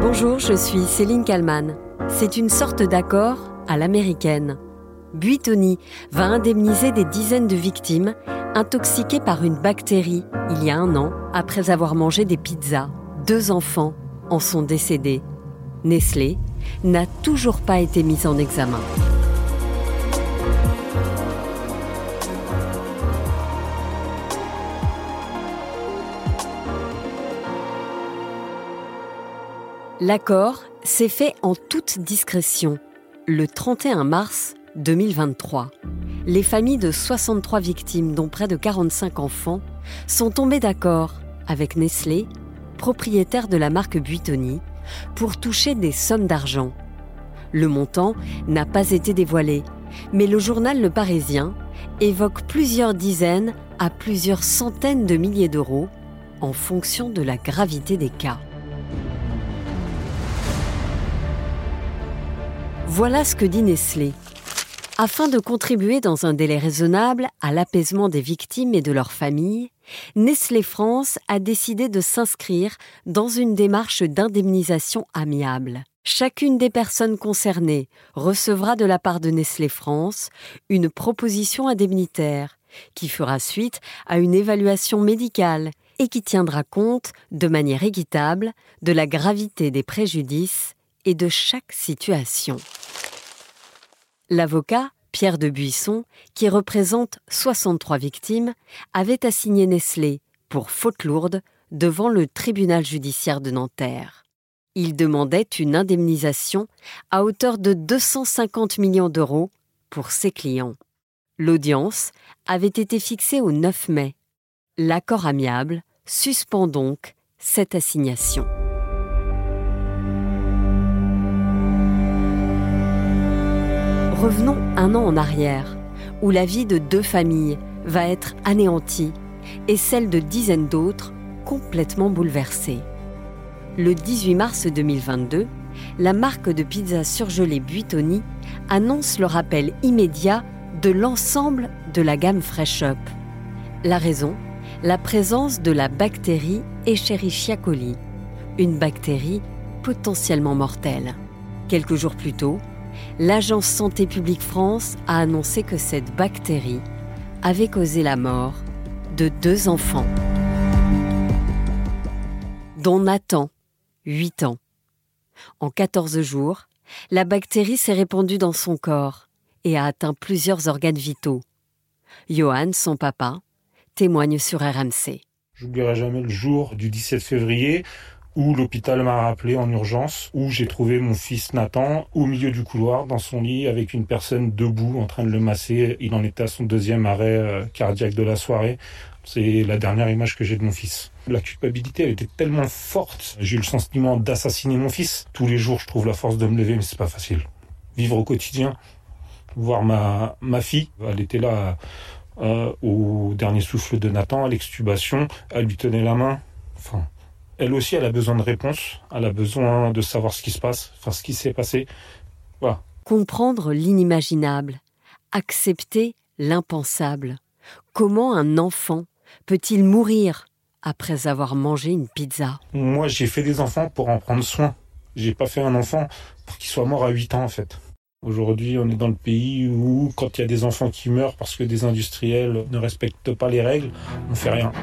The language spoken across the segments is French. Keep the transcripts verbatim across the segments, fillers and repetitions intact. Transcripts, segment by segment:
Bonjour, je suis Céline Kallmann. C'est une sorte d'accord à l'américaine. Buitoni va indemniser des dizaines de victimes intoxiquées par une bactérie il y a un an après avoir mangé des pizzas. Deux enfants en sont décédés. Nestlé n'a toujours pas été mis en examen. L'accord s'est fait en toute discrétion, le trente et un mars deux mille vingt-trois. Les familles de soixante-trois victimes, dont près de quarante-cinq enfants, sont tombées d'accord avec Nestlé, propriétaire de la marque Buitoni, pour toucher des sommes d'argent. Le montant n'a pas été dévoilé, mais le journal Le Parisien évoque plusieurs dizaines à plusieurs centaines de milliers d'euros en fonction de la gravité des cas. Voilà ce que dit Nestlé. Afin de contribuer dans un délai raisonnable à l'apaisement des victimes et de leurs familles, Nestlé France a décidé de s'inscrire dans une démarche d'indemnisation amiable. Chacune des personnes concernées recevra de la part de Nestlé France une proposition indemnitaire qui fera suite à une évaluation médicale et qui tiendra compte de manière équitable de la gravité des préjudices et de chaque situation. L'avocat Pierre de Buisson, qui représente soixante-trois victimes, avait assigné Nestlé pour faute lourde devant le tribunal judiciaire de Nanterre. Il demandait une indemnisation à hauteur de deux cent cinquante millions d'euros pour ses clients. L'audience avait été fixée au neuf mai. L'accord amiable suspend donc cette assignation. Revenons un an en arrière, où la vie de deux familles va être anéantie et celle de dizaines d'autres complètement bouleversée. Le dix-huit mars deux mille vingt-deux, la marque de pizza surgelée Buitoni annonce le rappel immédiat de l'ensemble de la gamme Fresh Up. La raison ? La présence de la bactérie Escherichia coli, une bactérie potentiellement mortelle. Quelques jours plus tôt, l'Agence Santé publique France a annoncé que cette bactérie avait causé la mort de deux enfants, dont Nathan, huit ans. En quatorze jours, la bactérie s'est répandue dans son corps et a atteint plusieurs organes vitaux. Johan, son papa, témoigne sur R M C. Je n'oublierai jamais le jour du dix-sept février où l'hôpital m'a rappelé en urgence, où j'ai trouvé mon fils Nathan au milieu du couloir, dans son lit, avec une personne debout en train de le masser. Il en était à son deuxième arrêt cardiaque de la soirée. C'est la dernière image que j'ai de mon fils. La culpabilité, elle était tellement forte. J'ai eu le sentiment d'assassiner mon fils. Tous les jours, je trouve la force de me lever, mais c'est pas facile. Vivre au quotidien, voir ma, ma fille, elle était là euh, au dernier souffle de Nathan, à l'extubation, elle lui tenait la main. Enfin, elle aussi, elle a besoin de réponses, elle a besoin de savoir ce qui se passe, enfin ce qui s'est passé. Voilà. Comprendre l'inimaginable, accepter l'impensable. Comment un enfant peut-il mourir après avoir mangé une pizza ? Moi, j'ai fait des enfants pour en prendre soin. J'ai pas fait un enfant pour qu'il soit mort à huit ans, en fait. Aujourd'hui, on est dans le pays où, quand il y a des enfants qui meurent parce que des industriels ne respectent pas les règles, on fait rien.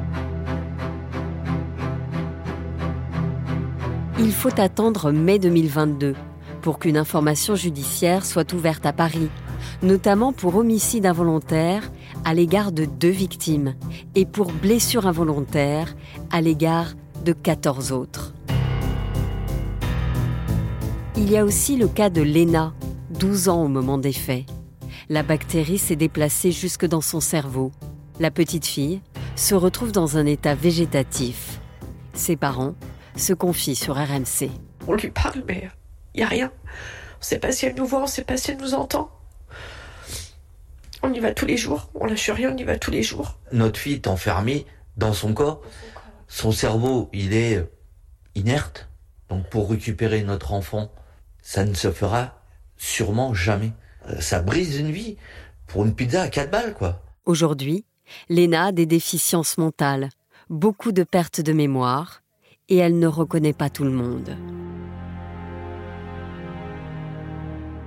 Il faut attendre mai deux mille vingt-deux pour qu'une information judiciaire soit ouverte à Paris, notamment pour homicide involontaire à l'égard de deux victimes et pour blessure involontaire à l'égard de quatorze autres. Il y a aussi le cas de Léna, douze ans au moment des faits. La bactérie s'est déplacée jusque dans son cerveau. La petite fille se retrouve dans un état végétatif. Ses parents se confie sur R M C. On lui parle, mais il n'y a rien. On ne sait pas si elle nous voit, on ne sait pas si elle nous entend. On y va tous les jours, on lâche rien, on y va tous les jours. Notre fille est enfermée dans son corps. Son cerveau, il est inerte. Donc pour récupérer notre enfant, ça ne se fera sûrement jamais. Ça brise une vie pour une pizza à quatre balles, quoi. Aujourd'hui, Léna a des déficiences mentales, beaucoup de pertes de mémoire, et elle ne reconnaît pas tout le monde.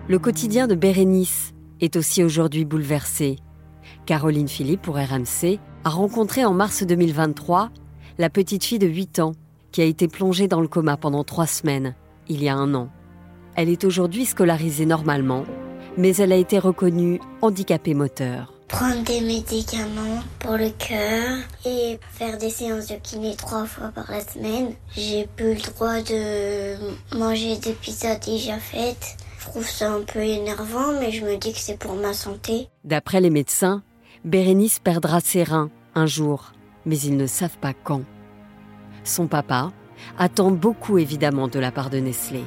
Le quotidien de Bérénice est aussi aujourd'hui bouleversé. Caroline Philippe, pour R M C, a rencontré en mars deux mille vingt-trois la petite fille de huit ans qui a été plongée dans le coma pendant trois semaines, il y a un an. Elle est aujourd'hui scolarisée normalement, mais elle a été reconnue handicapée moteur. Prendre des médicaments pour le cœur et faire des séances de kiné trois fois par la semaine. J'ai plus le droit de manger des pizzas déjà faites. Je trouve ça un peu énervant, mais je me dis que c'est pour ma santé. D'après les médecins, Bérénice perdra ses reins un jour, mais ils ne savent pas quand. Son papa attend beaucoup évidemment de la part de Nestlé.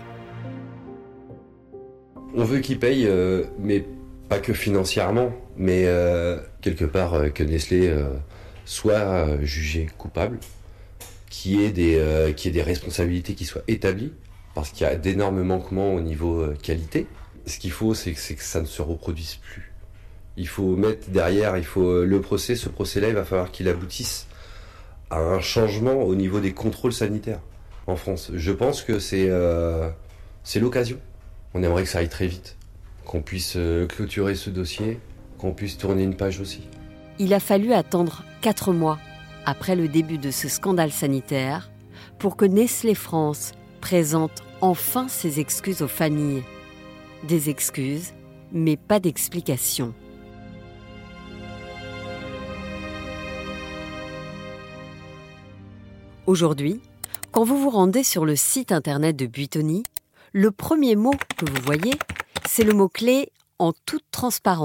On veut qu'il paye, euh, mais pas que financièrement, mais euh, quelque part euh, que Nestlé euh, soit euh, jugé coupable, qu'il y ait des, euh, qu'il y ait des responsabilités qui soient établies, parce qu'il y a d'énormes manquements au niveau euh, qualité. Ce qu'il faut, c'est que, c'est que ça ne se reproduise plus. Il faut mettre derrière, il faut euh, le procès, ce procès-là, il va falloir qu'il aboutisse à un changement au niveau des contrôles sanitaires en France. Je pense que c'est, euh, c'est l'occasion. On aimerait que ça aille très vite, qu'on puisse euh, clôturer ce dossier, qu'on puisse tourner une page aussi. Il a fallu attendre quatre mois après le début de ce scandale sanitaire pour que Nestlé France présente enfin ses excuses aux familles. Des excuses, mais pas d'explications. Aujourd'hui, quand vous vous rendez sur le site internet de Buitoni, le premier mot que vous voyez, c'est le mot-clé « en toute transparence »,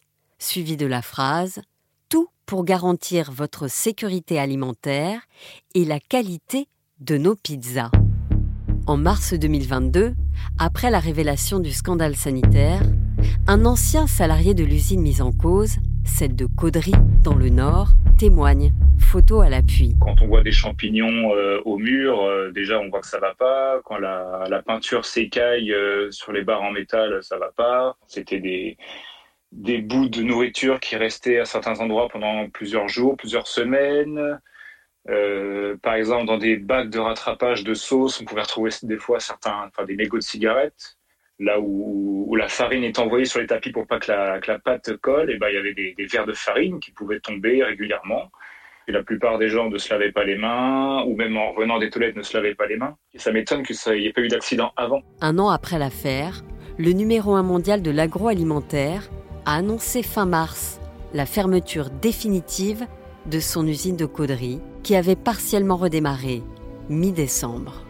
suivi de la phrase « tout pour garantir votre sécurité alimentaire et la qualité de nos pizzas ». En mars deux mille vingt-deux, après la révélation du scandale sanitaire, un ancien salarié de l'usine mise en cause, celle de Caudry, dans le Nord, témoigne, photo à l'appui. Quand on voit des champignons euh, au mur, euh, déjà on voit que ça va pas. Quand la, la peinture s'écaille euh, sur les barres en métal, ça va pas. C'était des, des bouts de nourriture qui restaient à certains endroits pendant plusieurs jours, plusieurs semaines. Euh, par exemple, dans des bacs de rattrapage de sauce, on pouvait retrouver des fois certains, enfin, des mégots de cigarettes. Là où, où la farine est envoyée sur les tapis pour pas que la, que la pâte colle, et ben, il y avait des, des verres de farine qui pouvaient tomber régulièrement. Et la plupart des gens ne se lavaient pas les mains, ou même en revenant des toilettes ne se lavaient pas les mains. Et ça m'étonne qu'il n'y ait pas eu d'accident avant. Un an après l'affaire, le numéro un mondial de l'agroalimentaire a annoncé fin mars la fermeture définitive de son usine de Caudry, qui avait partiellement redémarré mi-décembre.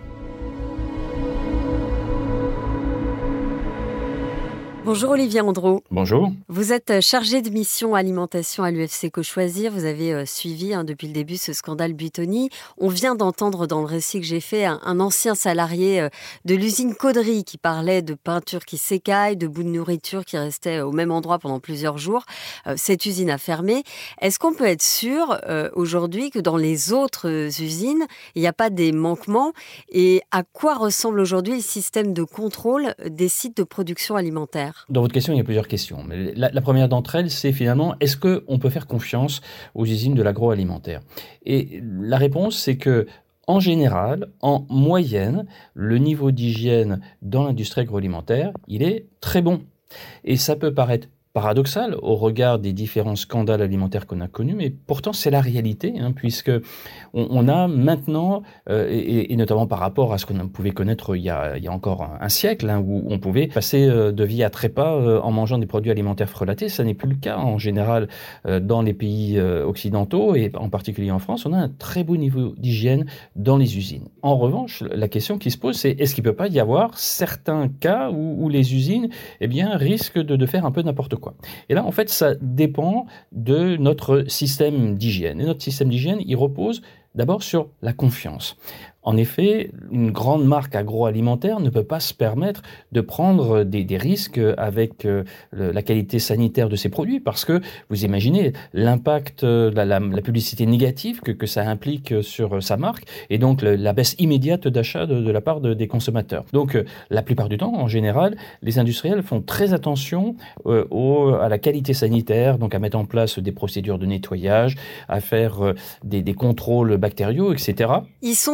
Bonjour Olivier Andro. Bonjour. Vous êtes chargé de mission alimentation à l'U F C Que Choisir. Vous avez euh, suivi hein, depuis le début ce scandale Buitoni. On vient d'entendre dans le récit que j'ai fait un, un ancien salarié euh, de l'usine Caudry qui parlait de peinture qui s'écaille, de bouts de nourriture qui restaient au même endroit pendant plusieurs jours. Euh, cette usine a fermé. Est-ce qu'on peut être sûr euh, aujourd'hui que dans les autres usines, il n'y a pas des manquements? Et à quoi ressemble aujourd'hui le système de contrôle des sites de production alimentaire? Dans votre question, il y a plusieurs questions. Mais la, la première d'entre elles, c'est finalement, est-ce qu'on peut faire confiance aux usines de l'agroalimentaire? Et la réponse, c'est que, en général, en moyenne, le niveau d'hygiène dans l'industrie agroalimentaire, il est très bon. Et ça peut paraître paradoxal au regard des différents scandales alimentaires qu'on a connus, mais pourtant c'est la réalité, hein, puisque on, on a maintenant, euh, et, et notamment par rapport à ce qu'on pouvait connaître il y a, il y a encore un, un siècle, hein, où on pouvait passer euh, de vie à trépas euh, en mangeant des produits alimentaires frelatés, ça n'est plus le cas en général euh, dans les pays euh, occidentaux, et en particulier en France, on a un très beau niveau d'hygiène dans les usines. En revanche, la question qui se pose, c'est est-ce qu'il ne peut pas y avoir certains cas où, où les usines eh bien, risquent de, de faire un peu n'importe quoi? Et là, en fait, ça dépend de notre système d'hygiène. Et notre système d'hygiène, il repose d'abord sur la confiance. En effet, une grande marque agroalimentaire ne peut pas se permettre de prendre des, des risques avec euh, le, la qualité sanitaire de ses produits, parce que vous imaginez l'impact, la, la, la publicité négative que, que ça implique sur sa marque, et donc le, la baisse immédiate d'achat de, de la part de, des consommateurs. Donc euh, la plupart du temps, en général, les industriels font très attention euh, au, à la qualité sanitaire, donc à mettre en place des procédures de nettoyage, à faire euh, des, des contrôles bactériaux, et cetera. Ils sont au contrôle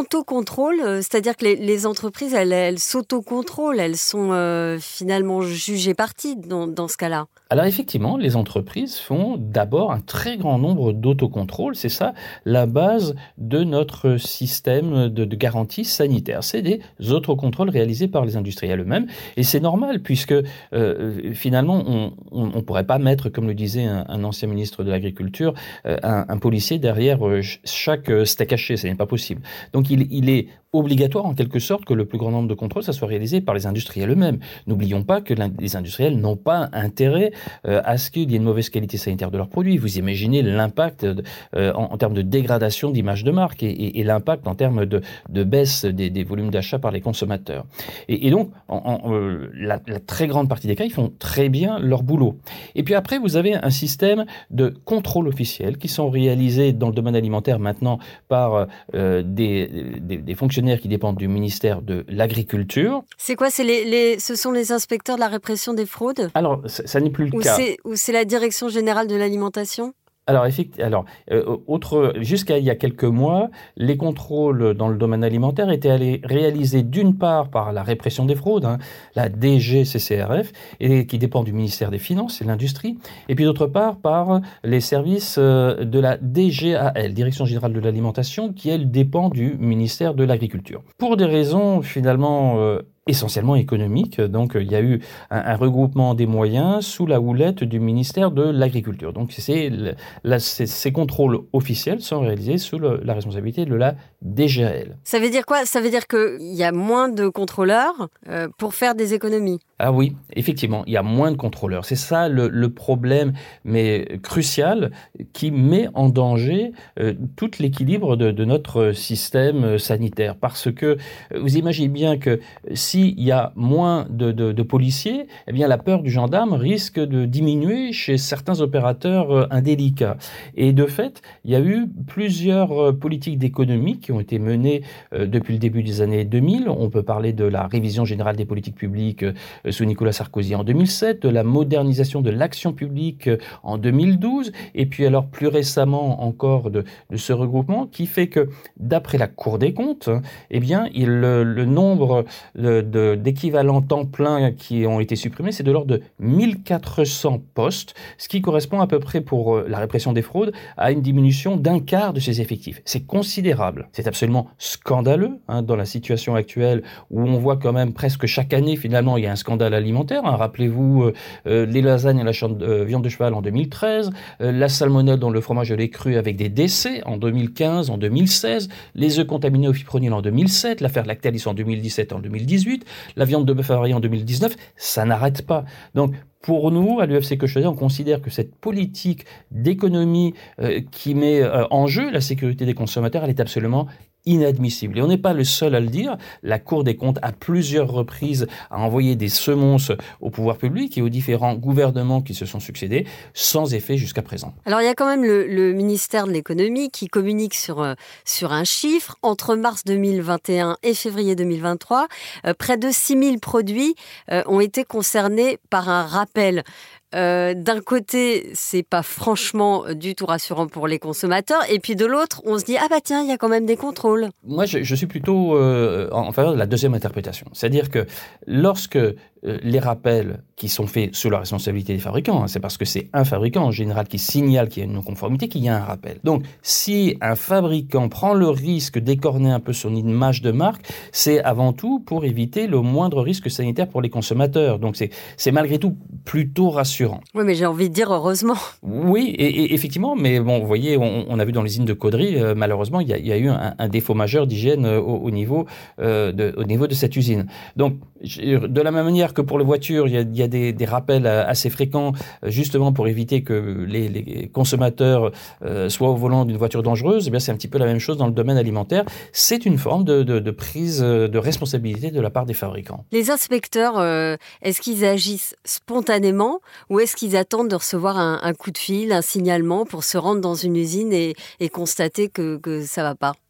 contrôle, c'est-à-dire que les, les entreprises, elles, elles s'autocontrôlent, elles sont euh, finalement jugées parties dans, dans ce cas-là. Alors effectivement, les entreprises font d'abord un très grand nombre d'autocontrôles. C'est ça la base de notre système de, de garantie sanitaire. C'est des autocontrôles réalisés par les industriels eux-mêmes. Et c'est normal puisque euh, finalement, on ne pourrait pas mettre, comme le disait un, un ancien ministre de l'Agriculture, euh, un, un policier derrière euh, chaque steak haché. Ce n'est pas possible. Donc il, il est obligatoire en quelque sorte que le plus grand nombre de contrôles, ça soit réalisé par les industriels eux-mêmes. N'oublions pas que les industriels n'ont pas intérêt euh, à ce qu'il y ait une mauvaise qualité sanitaire de leurs produits. Vous imaginez l'impact euh, en, en termes de dégradation d'image de marque et, et, et l'impact en termes de, de baisse des, des volumes d'achat par les consommateurs. Et, et donc, en, en, euh, la, la très grande partie des cas, ils font très bien leur boulot. Et puis après, vous avez un système de contrôle officiel qui sont réalisés dans le domaine alimentaire maintenant par euh, des, des, des fonctionnaires qui dépendent du ministère de l'Agriculture. C'est quoi c'est les, les, ce sont les inspecteurs de la répression des fraudes ? Alors, ça, ça n'est plus le ou cas. C'est, ou c'est la Direction générale de l'alimentation ? Alors, effectivement, alors euh, autre, jusqu'à il y a quelques mois, les contrôles dans le domaine alimentaire étaient allés, réalisés d'une part par la répression des fraudes, hein, la D G C C R F, et qui dépend du ministère des Finances et de l'Industrie, et puis d'autre part par les services euh, de la D G A L, Direction générale de l'alimentation, qui elle dépend du ministère de l'Agriculture. Pour des raisons finalement euh, essentiellement économique. Donc, il y a eu un, un regroupement des moyens sous la houlette du ministère de l'Agriculture. Donc, c'est, la, c'est, ces contrôles officiels sont réalisés sous le, la responsabilité de la D G A L. Ça veut dire quoi ? Ça veut dire qu'il y a moins de contrôleurs euh, pour faire des économies ? Ah oui, effectivement, il y a moins de contrôleurs. C'est ça le, le problème, mais crucial, qui met en danger euh, tout l'équilibre de, de notre système sanitaire. Parce que vous imaginez bien que si S'il y a moins de, de, de policiers, eh bien la peur du gendarme risque de diminuer chez certains opérateurs indélicats. Et de fait, il y a eu plusieurs politiques d'économie qui ont été menées euh, depuis le début des années deux mille. On peut parler de la révision générale des politiques publiques euh, sous Nicolas Sarkozy en deux mille sept, de la modernisation de l'action publique euh, en deux mille douze, et puis alors plus récemment encore de, de ce regroupement qui fait que, d'après la Cour des comptes, eh bien il, le, le nombre de De, d'équivalents temps plein qui ont été supprimés, c'est de l'ordre de mille quatre cents postes, ce qui correspond à peu près pour la répression des fraudes à une diminution d'un quart de ses effectifs. C'est considérable. C'est absolument scandaleux hein, dans la situation actuelle où on voit quand même presque chaque année finalement il y a un scandale alimentaire. Hein. Rappelez-vous euh, les lasagnes à la ch- euh, viande de cheval en deux mille treize, euh, la salmonelle dans le fromage de lait cru avec des décès en deux mille quinze, en deux mille seize, les œufs contaminés au fipronil en deux mille sept, l'affaire Lactalis en deux mille dix-sept, en deux mille dix-huit, la viande de bœuf avariée en deux mille dix-neuf, ça n'arrête pas. Donc, pour nous, à l'U F C Que Choisir, on considère que cette politique d'économie euh, qui met euh, en jeu la sécurité des consommateurs, elle est absolument inadmissible. Et on n'est pas le seul à le dire. La Cour des comptes, à plusieurs reprises, a envoyé des semonces au pouvoir public et aux différents gouvernements qui se sont succédés, sans effet jusqu'à présent. Alors, il y a quand même le, le ministère de l'économie qui communique sur, euh, sur un chiffre. Entre mars deux mille vingt et un et février deux mille vingt-trois, euh, près de six mille produits euh, ont été concernés par un rappel. Euh, d'un côté, c'est pas franchement du tout rassurant pour les consommateurs, et puis de l'autre, on se dit ah bah tiens, il y a quand même des contrôles. Moi, je, je suis plutôt euh, en faveur de la deuxième interprétation, c'est-à-dire que lorsque euh, les rappels qui sont faits sous la responsabilité des fabricants, hein, c'est parce que c'est un fabricant en général qui signale qu'il y a une non-conformité qu'il y a un rappel. Donc, si un fabricant prend le risque d'écorner un peu son image de marque, c'est avant tout pour éviter le moindre risque sanitaire pour les consommateurs. Donc, c'est, c'est malgré tout plutôt rassurant. Oui, mais j'ai envie de dire heureusement. Oui, et, et effectivement, mais bon, vous voyez, on, on a vu dans l'usine de Caudry, euh, malheureusement, il y a, il y a eu un, un défaut majeur d'hygiène euh, au, au, niveau, euh, de, au niveau de cette usine. Donc, de la même manière que pour les voitures, il y a, il y a des, des rappels assez fréquents, justement pour éviter que les, les consommateurs euh, soient au volant d'une voiture dangereuse, eh bien, c'est un petit peu la même chose dans le domaine alimentaire. C'est une forme de, de, de prise de responsabilité de la part des fabricants. Les inspecteurs, euh, est-ce qu'ils agissent spontanément ou est-ce qu'ils attendent de recevoir un, un coup de fil, un signalement pour se rendre dans une usine et, et constater que, que ça ne va pas ?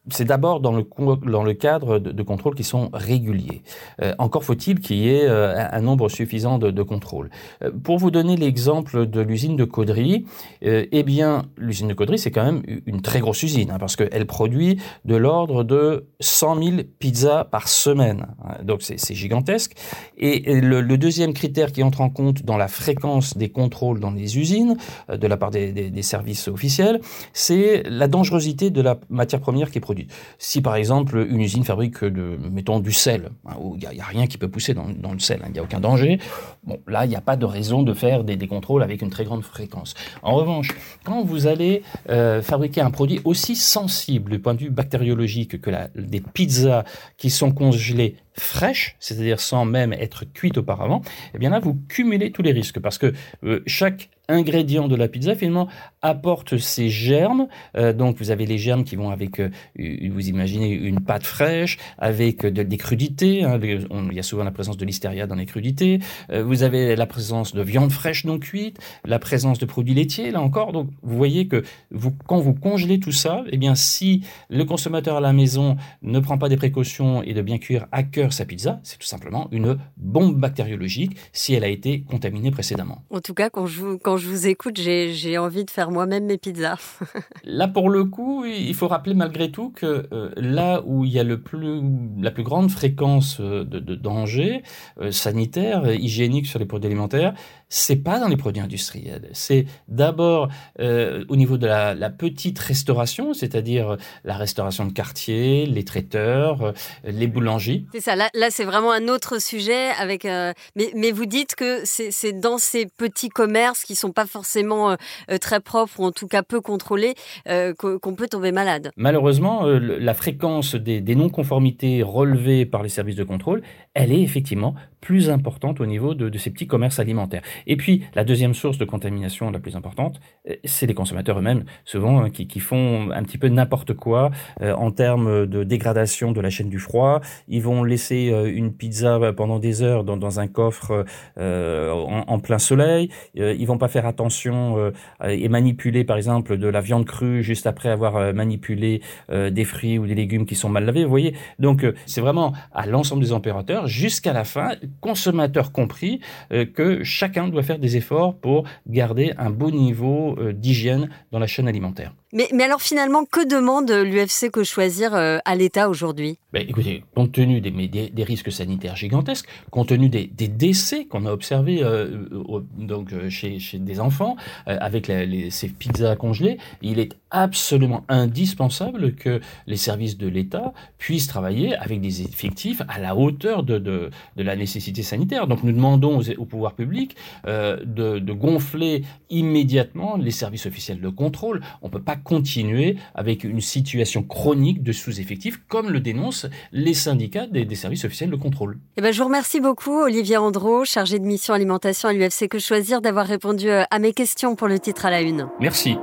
c'est d'abord dans le, dans le cadre de, de contrôles qui sont réguliers. Euh, encore faut-il qu'il y ait euh, un nombre suffisant de, de contrôles. Euh, pour vous donner l'exemple de l'usine de Caudry, euh, eh bien, l'usine de Caudry, c'est quand même une très grosse usine, hein, parce qu'elle produit de l'ordre de cent mille pizzas par semaine. Donc, c'est, c'est gigantesque. Et le, le deuxième critère qui entre en compte dans la fréquence des contrôles dans les usines, euh, de la part des, des, des services officiels, c'est la dangerosité de la matière première qui est produite. Si, par exemple, une usine fabrique, de, mettons, du sel, hein, où il n'y a, a rien qui peut pousser dans, dans le sel, il hein, n'y a aucun danger, bon, là, il n'y a pas de raison de faire des, des contrôles avec une très grande fréquence. En revanche, quand vous allez euh, fabriquer un produit aussi sensible du point de vue bactériologique que la, des pizzas qui sont congelées fraîches, c'est-à-dire sans même être cuites auparavant, eh bien là, vous cumulez tous les risques, parce que euh, chaque ingrédient de la pizza, finalement, apporte ses germes. Euh, donc, vous avez les germes qui vont avec, euh, vous imaginez, une pâte fraîche, avec de, des crudités. Hein, les, on, il y a souvent la présence de listeria dans les crudités. Euh, vous avez la présence de viande fraîche non cuite, la présence de produits laitiers, là encore. Donc, vous voyez que vous, quand vous congelez tout ça, eh bien, si le consommateur à la maison ne prend pas des précautions et de bien cuire à cœur sa pizza, c'est tout simplement une bombe bactériologique si elle a été contaminée précédemment. En tout cas, quand je, quand je vous écoute, j'ai, j'ai envie de faire moi-même mes pizzas. Là, pour le coup, il faut rappeler malgré tout que euh, là où il y a le plus, la plus grande fréquence de, de danger euh, sanitaire, hygiénique sur les produits alimentaires, c'est pas dans les produits industriels. C'est d'abord euh, au niveau de la, la petite restauration, c'est-à-dire la restauration de quartier, les traiteurs, euh, les boulangeries. C'est ça. Là, là, c'est vraiment un autre sujet. Avec, euh, mais, mais vous dites que c'est, c'est dans ces petits commerces qui sont pas forcément euh, très propres ou en tout cas peu contrôlés euh, qu'on peut tomber malade. Malheureusement, euh, la fréquence des, des non-conformités relevées par les services de contrôle, elle est effectivement plus importante au niveau de, de ces petits commerces alimentaires. Et puis, la deuxième source de contamination la plus importante, c'est les consommateurs eux-mêmes, souvent hein, qui, qui font un petit peu n'importe quoi euh, en termes de dégradation de la chaîne du froid. Ils vont laisser euh, une pizza pendant des heures dans, dans un coffre euh, en, en plein soleil. Euh, ils vont pas faire attention euh, et manipuler, par exemple, de la viande crue juste après avoir euh, manipulé euh, des fruits ou des légumes qui sont mal lavés. Vous voyez, donc euh, c'est vraiment à l'ensemble des opérateurs, jusqu'à la fin, consommateurs compris, euh, que chacun doit faire des efforts pour garder un beau niveau euh, d'hygiène dans la chaîne alimentaire. Mais, mais alors finalement, que demande l'U F C Que Choisir euh, à l'État aujourd'hui ? Ben, écoutez, compte tenu des, des, des risques sanitaires gigantesques, compte tenu des, des décès qu'on a observés euh, au, donc, chez, chez des enfants euh, avec la, les, ces pizzas congelées, il est absolument indispensable que les services de l'État puissent travailler avec des effectifs à la hauteur de, de, de la nécessité sanitaire. Donc nous demandons aux, aux pouvoirs publics euh, de, de gonfler immédiatement les services officiels de contrôle. On ne peut pas continuer avec une situation chronique de sous-effectifs, comme le dénoncent les syndicats des, des services officiels de contrôle. Eh ben, je vous remercie beaucoup, Olivier Andreau, chargé de mission alimentation à l'U F C Que Choisir, d'avoir répondu à mes questions pour le titre à la une. Merci.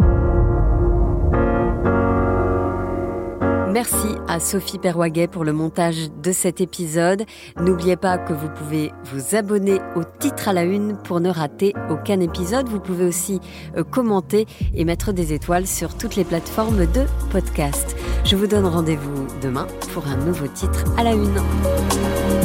Merci à Sophie Perwaguet pour le montage de cet épisode. N'oubliez pas que vous pouvez vous abonner au titre à la une pour ne rater aucun épisode. Vous pouvez aussi commenter et mettre des étoiles sur toutes les plateformes de podcast. Je vous donne rendez-vous demain pour un nouveau titre à la une.